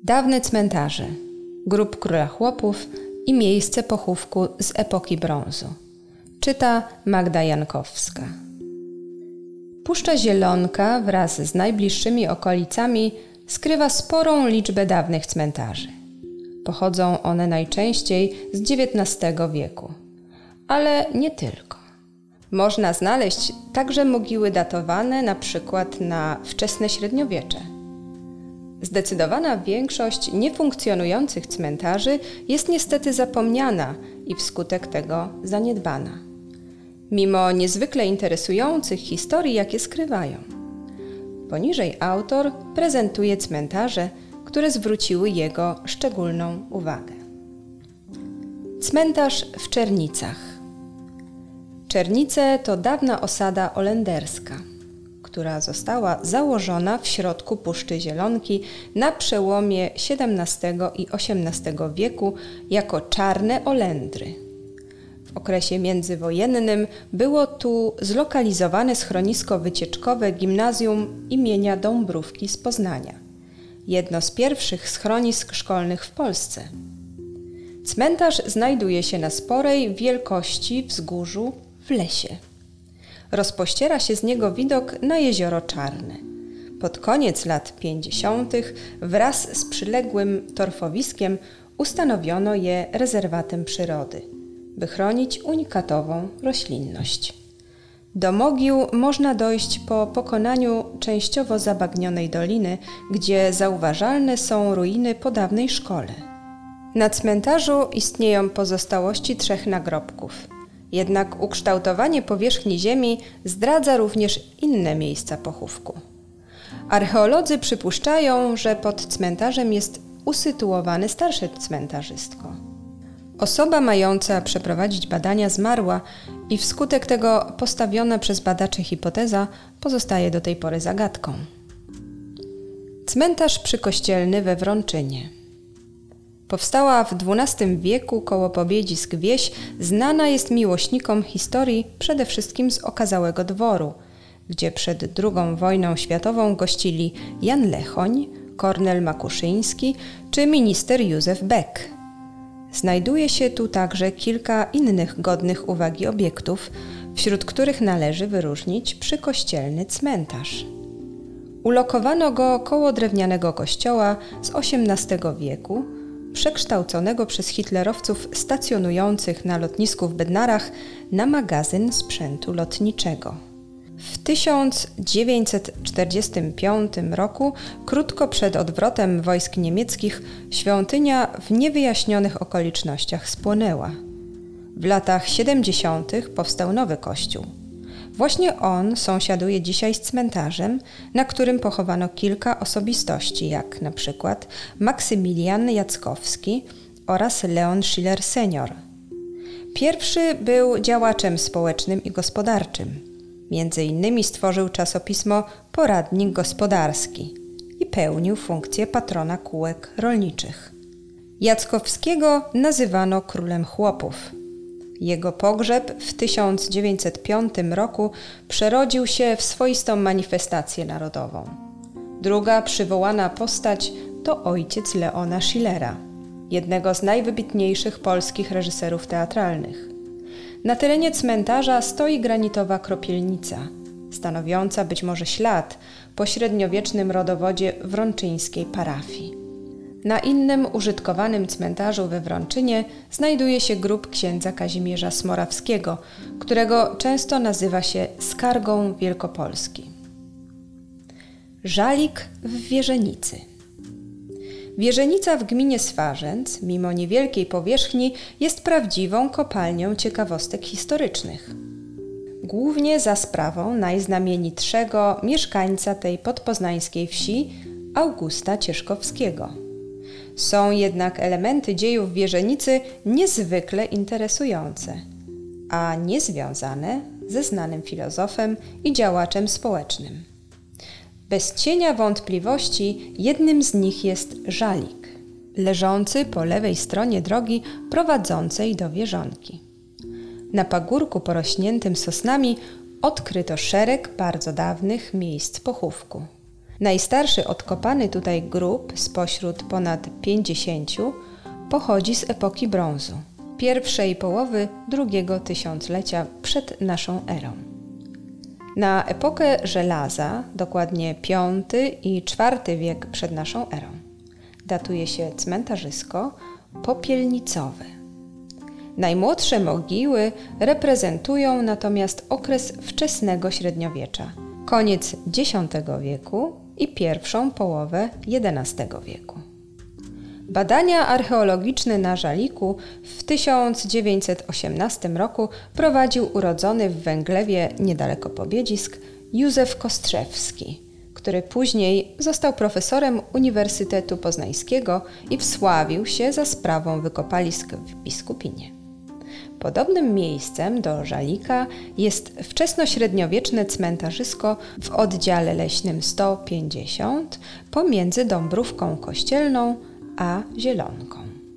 Dawne cmentarze, grób króla chłopów i miejsce pochówku z epoki brązu. Czyta Magda Jankowska. Puszcza Zielonka wraz z najbliższymi okolicami skrywa sporą liczbę dawnych cmentarzy. Pochodzą one najczęściej z XIX wieku, ale nie tylko. Można znaleźć także mogiły datowane na przykład na wczesne średniowiecze. Zdecydowana większość niefunkcjonujących cmentarzy jest niestety zapomniana i wskutek tego zaniedbana. Mimo niezwykle interesujących historii, jakie skrywają. Poniżej autor prezentuje cmentarze, które zwróciły jego szczególną uwagę. Cmentarz w Czernicach. Czernice to dawna osada olenderska, która została założona w środku Puszczy Zielonki na przełomie XVII i XVIII wieku jako Czarne Olendry. W okresie międzywojennym było tu zlokalizowane schronisko wycieczkowe Gimnazjum imienia Dąbrówki z Poznania, jedno z pierwszych schronisk szkolnych w Polsce. Cmentarz znajduje się na sporej wielkości wzgórzu w lesie. Rozpościera się z niego widok na Jezioro Czarne. Pod koniec lat 50. wraz z przyległym torfowiskiem ustanowiono je rezerwatem przyrody, by chronić unikatową roślinność. Do mogił można dojść po pokonaniu częściowo zabagnionej doliny, gdzie zauważalne są ruiny po dawnej szkole. Na cmentarzu istnieją pozostałości 3 nagrobków. Jednak ukształtowanie powierzchni ziemi zdradza również inne miejsca pochówku. Archeolodzy przypuszczają, że pod cmentarzem jest usytuowane starsze cmentarzystko. Osoba mająca przeprowadzić badania zmarła i wskutek tego postawiona przez badaczy hipoteza pozostaje do tej pory zagadką. Cmentarz przykościelny we Wrączynie. Powstała w XII wieku koło Pobiedzisk wieś znana jest miłośnikom historii przede wszystkim z okazałego dworu, gdzie przed II wojną światową gościli Jan Lechoń, Kornel Makuszyński czy minister Józef Beck. Znajduje się tu także kilka innych godnych uwagi obiektów, wśród których należy wyróżnić przykościelny cmentarz. Ulokowano go koło drewnianego kościoła z XVIII wieku, przekształconego przez hitlerowców stacjonujących na lotnisku w Bednarach na magazyn sprzętu lotniczego. W 1945 roku, krótko przed odwrotem wojsk niemieckich, świątynia w niewyjaśnionych okolicznościach spłonęła. W latach 70. powstał nowy kościół. Właśnie on sąsiaduje dzisiaj z cmentarzem, na którym pochowano kilka osobistości, jak na przykład Maksymilian Jackowski oraz Leon Schiller senior. Pierwszy był działaczem społecznym i gospodarczym. Między innymi stworzył czasopismo Poradnik Gospodarski i pełnił funkcję patrona kółek rolniczych. Jackowskiego nazywano królem chłopów. Jego pogrzeb w 1905 roku przerodził się w swoistą manifestację narodową. Druga przywołana postać to ojciec Leona Schillera, jednego z najwybitniejszych polskich reżyserów teatralnych. Na terenie cmentarza stoi granitowa kropielnica, stanowiąca być może ślad po średniowiecznym rodowodzie wrączyńskiej parafii. Na innym użytkowanym cmentarzu we Wrączynie znajduje się grób księdza Kazimierza Smorawskiego, którego często nazywa się Skargą Wielkopolski. Żalik w Wierzenicy. Wierzenica w gminie Swarzędz, mimo niewielkiej powierzchni, jest prawdziwą kopalnią ciekawostek historycznych. Głównie za sprawą najznamienitszego mieszkańca tej podpoznańskiej wsi, Augusta Cieszkowskiego. Są jednak elementy dziejów Wierzenicy niezwykle interesujące, a niezwiązane ze znanym filozofem i działaczem społecznym. Bez cienia wątpliwości jednym z nich jest Żalik, leżący po lewej stronie drogi prowadzącej do Wierzonki. Na pagórku porośniętym sosnami odkryto szereg bardzo dawnych miejsc pochówku. Najstarszy odkopany tutaj grób spośród ponad 50 pochodzi z epoki brązu, pierwszej połowy drugiego tysiąclecia przed naszą erą. Na epokę żelaza, dokładnie V i IV wiek przed naszą erą, datuje się cmentarzysko popielnicowe. Najmłodsze mogiły reprezentują natomiast okres wczesnego średniowiecza, koniec X wieku i pierwszą połowę XI wieku. Badania archeologiczne na Żaliku w 1918 roku prowadził urodzony w Węglewie niedaleko Pobiedzisk Józef Kostrzewski, który później został profesorem Uniwersytetu Poznańskiego i wsławił się za sprawą wykopalisk w Biskupinie. Podobnym miejscem do Żalika jest wczesnośredniowieczne cmentarzysko w oddziale leśnym 150 pomiędzy Dąbrówką Kościelną a Zielonką.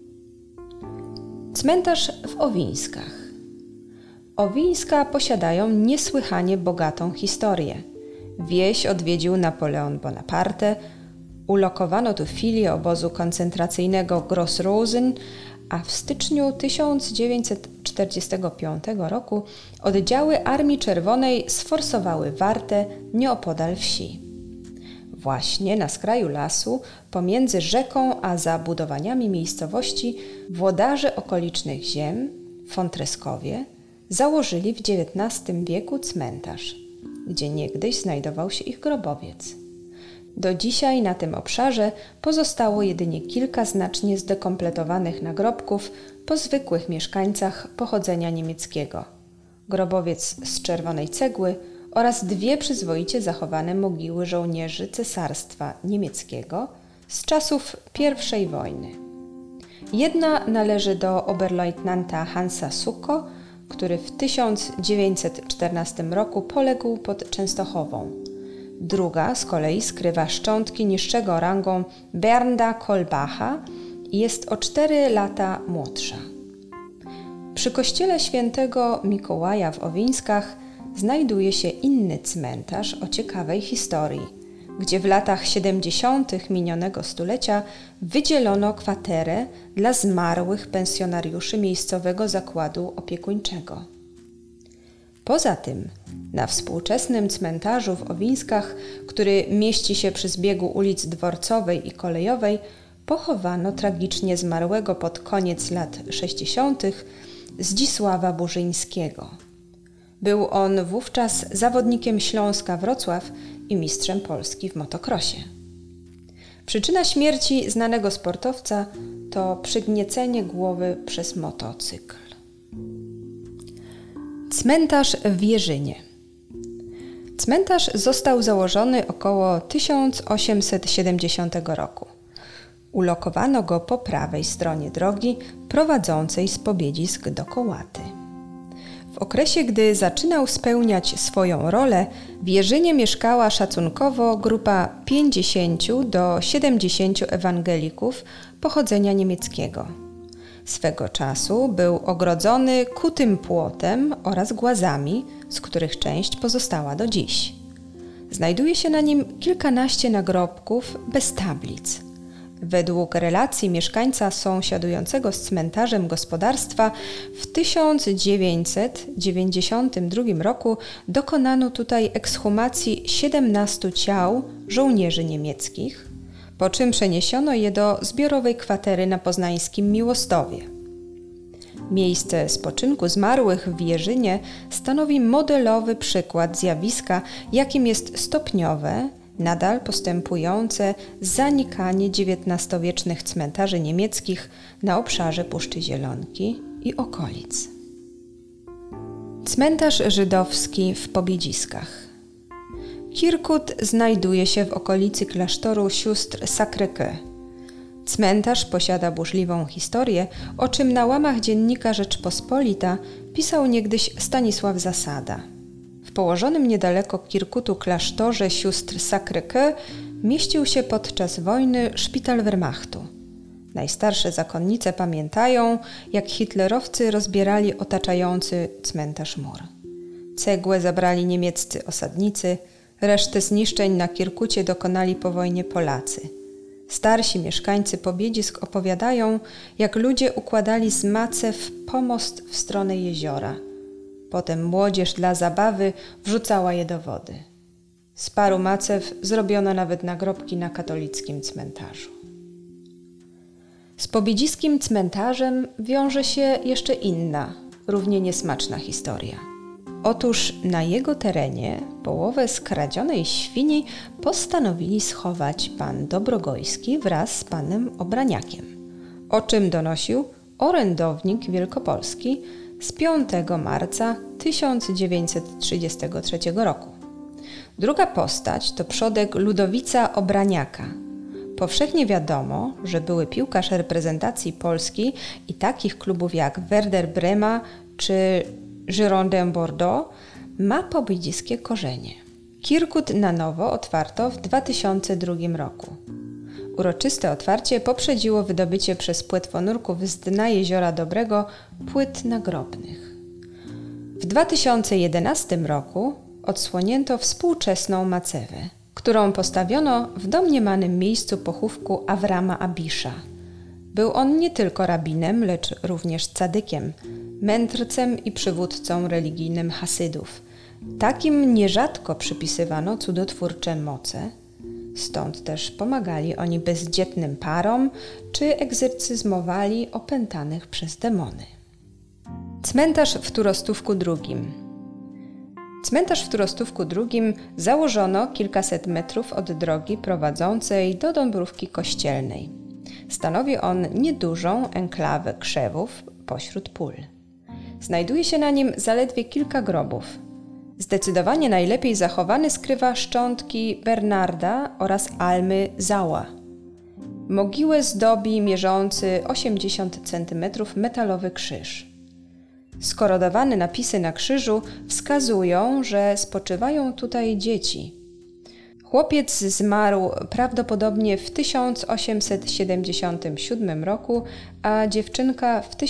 Cmentarz w Owińskach. Owińska posiadają niesłychanie bogatą historię. Wieś odwiedził Napoleon Bonaparte, ulokowano tu filię obozu koncentracyjnego Gross-Rosen, a w styczniu 1945 roku oddziały Armii Czerwonej sforsowały Wartę nieopodal wsi. Właśnie na skraju lasu, pomiędzy rzeką a zabudowaniami miejscowości, włodarze okolicznych ziem, Fontreskowie, założyli w XIX wieku cmentarz, gdzie niegdyś znajdował się ich grobowiec. Do dzisiaj na tym obszarze pozostało jedynie kilka znacznie zdekompletowanych nagrobków po zwykłych mieszkańcach pochodzenia niemieckiego, grobowiec z czerwonej cegły oraz dwie przyzwoicie zachowane mogiły żołnierzy Cesarstwa Niemieckiego z czasów I wojny. Jedna należy do oberleutnanta Hansa Sucko, który w 1914 roku poległ pod Częstochową. Druga z kolei skrywa szczątki niższego rangą Bernda Kolbacha i jest o 4 lata młodsza. Przy kościele świętego Mikołaja w Owińskach znajduje się inny cmentarz o ciekawej historii, gdzie w latach 70. minionego stulecia wydzielono kwaterę dla zmarłych pensjonariuszy miejscowego zakładu opiekuńczego. Poza tym na współczesnym cmentarzu w Owińskach, który mieści się przy zbiegu ulic Dworcowej i Kolejowej, pochowano tragicznie zmarłego pod koniec lat 60. Zdzisława Burzyńskiego. Był on wówczas zawodnikiem Śląska Wrocław i mistrzem Polski w motokrosie. Przyczyna śmierci znanego sportowca to przygniecenie głowy przez motocykl. Cmentarz w Jerzynie. Cmentarz został założony około 1870 roku. Ulokowano go po prawej stronie drogi prowadzącej z Pobiedzisk do Kołaty. W okresie, gdy zaczynał spełniać swoją rolę, w Jerzynie mieszkała szacunkowo grupa 50 do 70 ewangelików pochodzenia niemieckiego. Swego czasu był ogrodzony kutym płotem oraz głazami, z których część pozostała do dziś. Znajduje się na nim kilkanaście nagrobków bez tablic. Według relacji mieszkańca sąsiadującego z cmentarzem gospodarstwa w 1992 roku dokonano tutaj ekshumacji 17 ciał żołnierzy niemieckich, po czym przeniesiono je do zbiorowej kwatery na poznańskim Miłostowie. Miejsce spoczynku zmarłych w Jerzynie stanowi modelowy przykład zjawiska, jakim jest stopniowe, nadal postępujące zanikanie XIX-wiecznych cmentarzy niemieckich na obszarze Puszczy Zielonki i okolic. Cmentarz żydowski w Pobiedziskach. Kirkut znajduje się w okolicy klasztoru sióstr Sacré-Cœur. Cmentarz posiada burzliwą historię, o czym na łamach dziennika Rzeczpospolita pisał niegdyś Stanisław Zasada. W położonym niedaleko Kirkutu klasztorze sióstr Sacré-Cœur mieścił się podczas wojny szpital Wehrmachtu. Najstarsze zakonnice pamiętają, jak hitlerowcy rozbierali otaczający cmentarz mur. Cegłę zabrali niemieccy osadnicy, Resztę zniszczeń na Kirkucie dokonali po wojnie Polacy. Starsi mieszkańcy Pobiedzisk opowiadają, jak ludzie układali z macew pomost w stronę jeziora. Potem młodzież dla zabawy wrzucała je do wody. Z paru macew zrobiono nawet nagrobki na katolickim cmentarzu. Z Pobiedziskim cmentarzem wiąże się jeszcze inna, równie niesmaczna historia. Otóż na jego terenie połowę skradzionej świni postanowili schować pan Dobrogojski wraz z panem Obraniakiem, o czym donosił orędownik wielkopolski z 5 marca 1933 roku. Druga postać to przodek Ludowica Obraniaka. Powszechnie wiadomo, że były piłkarz reprezentacji Polski i takich klubów jak Werder Brema czy Girondin Bordeaux ma pobiedziskie korzenie. Kirkut na nowo otwarto w 2002 roku. Uroczyste otwarcie poprzedziło wydobycie przez płetwonurków z dna Jeziora Dobrego płyt nagrobnych. W 2011 roku odsłonięto współczesną macewę, którą postawiono w domniemanym miejscu pochówku Awrama Abisza. Był on nie tylko rabinem, lecz również cadykiem, mędrcem i przywódcą religijnym Hasydów. Takim nierzadko przypisywano cudotwórcze moce, stąd też pomagali oni bezdzietnym parom czy egzorcyzmowali opętanych przez demony. Cmentarz w Turostówku II. Cmentarz w Turostówku II założono kilkaset metrów od drogi prowadzącej do Dąbrówki Kościelnej. Stanowi on niedużą enklawę krzewów pośród pól. Znajduje się na nim zaledwie kilka grobów. Zdecydowanie najlepiej zachowany skrywa szczątki Bernarda oraz Almy Zała. Mogiłę zdobi mierzący 80 cm metalowy krzyż. Skorodowane napisy na krzyżu wskazują, że spoczywają tutaj dzieci. Chłopiec zmarł prawdopodobnie w 1877 roku, a dziewczynka w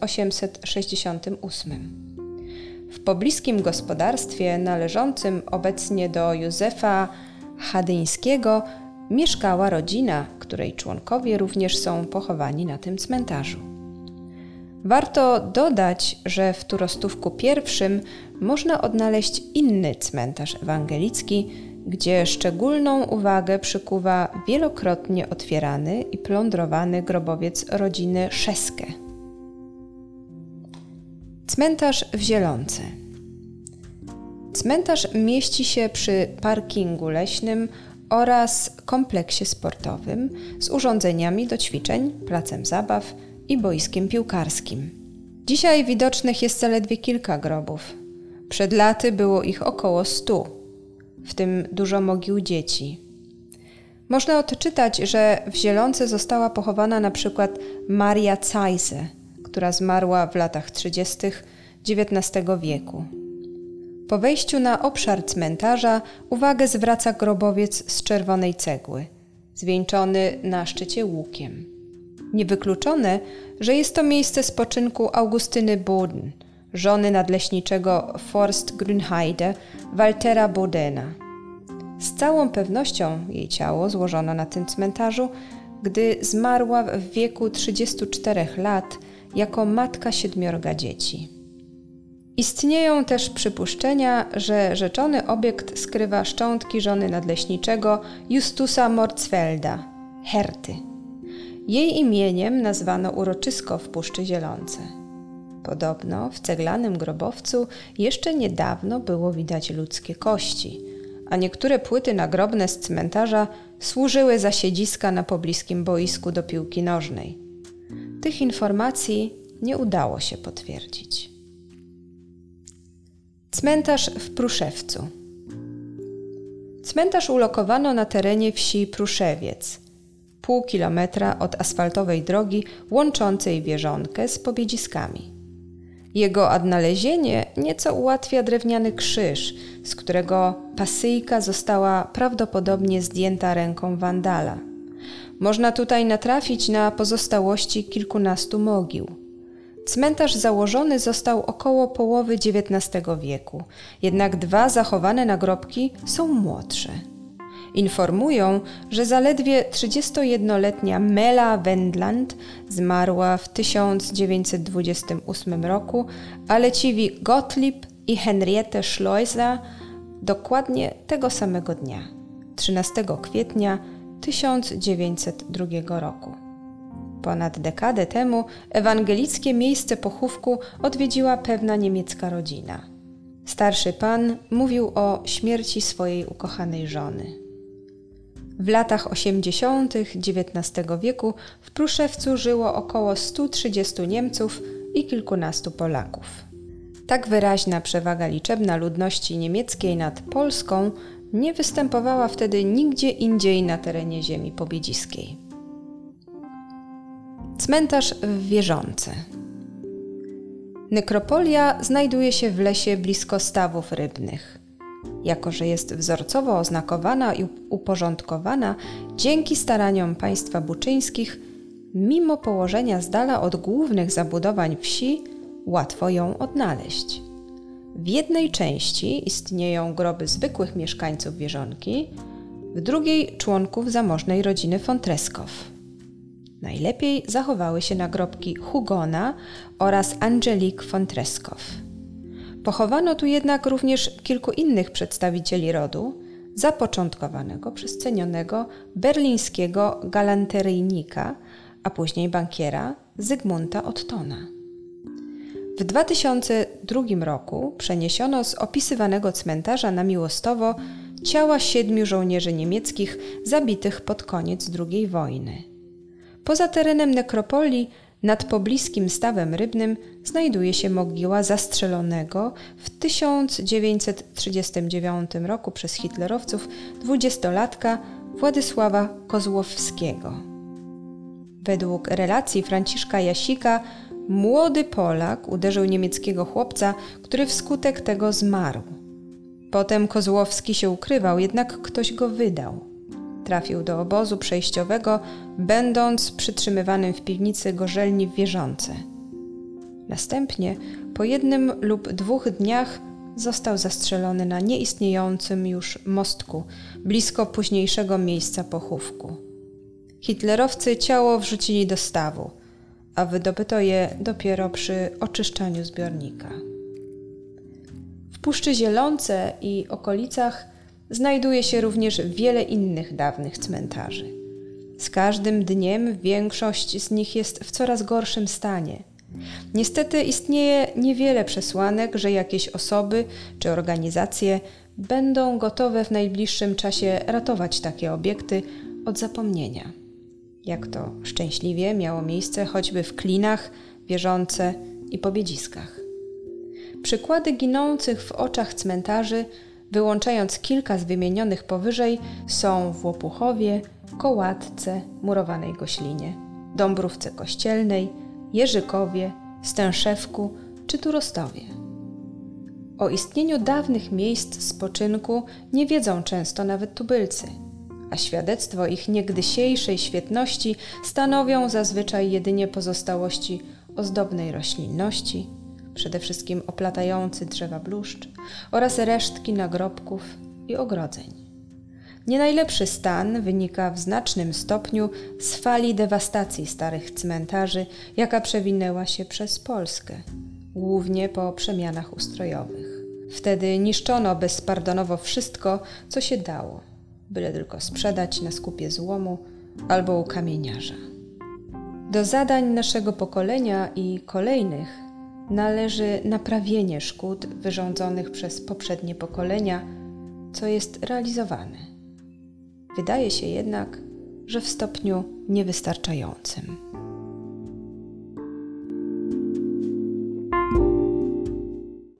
1868. W pobliskim gospodarstwie należącym obecnie do Józefa Chadyńskiego mieszkała rodzina, której członkowie również są pochowani na tym cmentarzu. Warto dodać, że w Turostówku I można odnaleźć inny cmentarz ewangelicki, gdzie szczególną uwagę przykuwa wielokrotnie otwierany i plądrowany grobowiec rodziny Szeskę. Cmentarz w Zielonce. Cmentarz mieści się przy parkingu leśnym oraz kompleksie sportowym z urządzeniami do ćwiczeń, placem zabaw i boiskiem piłkarskim. Dzisiaj widocznych jest zaledwie kilka grobów. Przed laty było ich około 100, w tym dużo mogił dzieci. Można odczytać, że w Zielonce została pochowana na przykład Maria Zeise, która zmarła w latach 30. XIX wieku. Po wejściu na obszar cmentarza uwagę zwraca grobowiec z czerwonej cegły, zwieńczony na szczycie łukiem. Niewykluczone, że jest to miejsce spoczynku Augustyny Boden, żony nadleśniczego Forst Grünheide Waltera Bodena. Z całą pewnością jej ciało złożono na tym cmentarzu, gdy zmarła w wieku 34 lat jako matka 7 dzieci. Istnieją też przypuszczenia, że rzeczony obiekt skrywa szczątki żony nadleśniczego Justusa Morzfelda, Herty. Jej imieniem nazwano uroczysko w Puszczy Zielonce. Podobno w ceglanym grobowcu jeszcze niedawno było widać ludzkie kości, a niektóre płyty nagrobne z cmentarza służyły za siedziska na pobliskim boisku do piłki nożnej. Tych informacji nie udało się potwierdzić. Cmentarz w Pruszewcu. Cmentarz ulokowano na terenie wsi Pruszewiec, pół kilometra od asfaltowej drogi łączącej Wierzonkę z Pobiedziskami. Jego odnalezienie nieco ułatwia drewniany krzyż, z którego pasyjka została prawdopodobnie zdjęta ręką wandala. Można tutaj natrafić na pozostałości kilkunastu mogił. Cmentarz założony został około połowy XIX wieku, jednak 2 zachowane nagrobki są młodsze. Informują, że zaledwie 31-letnia Mela Wendland zmarła w 1928 roku, a leciwi Gottlieb i Henriette Schleuser dokładnie tego samego dnia, 13 kwietnia 1902 roku. Ponad dekadę temu ewangelickie miejsce pochówku odwiedziła pewna niemiecka rodzina. Starszy pan mówił o śmierci swojej ukochanej żony. W latach 80. XIX wieku w Pruszewcu żyło około 130 Niemców i kilkunastu Polaków. Tak wyraźna przewaga liczebna ludności niemieckiej nad polską nie występowała wtedy nigdzie indziej na terenie ziemi pobiedziskiej. Cmentarz w Wierzące. Nekropolia znajduje się w lesie blisko stawów rybnych. Jako że jest wzorcowo oznakowana i uporządkowana, dzięki staraniom państwa buczyńskich, mimo położenia z dala od głównych zabudowań wsi, łatwo ją odnaleźć. W jednej części istnieją groby zwykłych mieszkańców Wierzonki, w drugiej członków zamożnej rodziny von Treskow. Najlepiej zachowały się nagrobki Hugona oraz Angelique von Treskow. Pochowano tu jednak również kilku innych przedstawicieli rodu, zapoczątkowanego przez cenionego berlińskiego galanteryjnika, a później bankiera Zygmunta Ottona. W 2002 roku przeniesiono z opisywanego cmentarza na Miłostowo ciała 7 żołnierzy niemieckich zabitych pod koniec II wojny. Poza terenem nekropolii, nad pobliskim stawem rybnym, znajduje się mogiła zastrzelonego w 1939 roku przez hitlerowców 20-latka Władysława Kozłowskiego. Według relacji Franciszka Jasika młody Polak uderzył niemieckiego chłopca, który wskutek tego zmarł. Potem Kozłowski się ukrywał, jednak ktoś go wydał. Trafił do obozu przejściowego, będąc przytrzymywanym w piwnicy gorzelni w Wierzące. Następnie, po 1 lub 2 dniach, został zastrzelony na nieistniejącym już mostku, blisko późniejszego miejsca pochówku. Hitlerowcy ciało wrzucili do stawu, a wydobyto je dopiero przy oczyszczaniu zbiornika. W Puszczy Zielonce i okolicach znajduje się również wiele innych dawnych cmentarzy. Z każdym dniem większość z nich jest w coraz gorszym stanie. Niestety istnieje niewiele przesłanek, że jakieś osoby czy organizacje będą gotowe w najbliższym czasie ratować takie obiekty od zapomnienia. Jak to szczęśliwie miało miejsce choćby w Klinach, Wierzące i Pobiedziskach. Przykłady ginących w oczach cmentarzy, wyłączając kilka z wymienionych powyżej, są w Łopuchowie, Kołatce, Murowanej Goślinie, Dąbrówce Kościelnej, Jerzykowie, Stęszewku czy Turostowie. O istnieniu dawnych miejsc spoczynku nie wiedzą często nawet tubylcy, a świadectwo ich niegdysiejszej świetności stanowią zazwyczaj jedynie pozostałości ozdobnej roślinności, przede wszystkim oplatający drzewa bluszcz, oraz resztki nagrobków i ogrodzeń. Nie najlepszy stan wynika w znacznym stopniu z fali dewastacji starych cmentarzy, jaka przewinęła się przez Polskę, głównie po przemianach ustrojowych. Wtedy niszczono bezpardonowo wszystko, co się dało, byle tylko sprzedać na skupie złomu albo u kamieniarza. Do zadań naszego pokolenia i kolejnych należy naprawienie szkód wyrządzonych przez poprzednie pokolenia, co jest realizowane. Wydaje się jednak, że w stopniu niewystarczającym.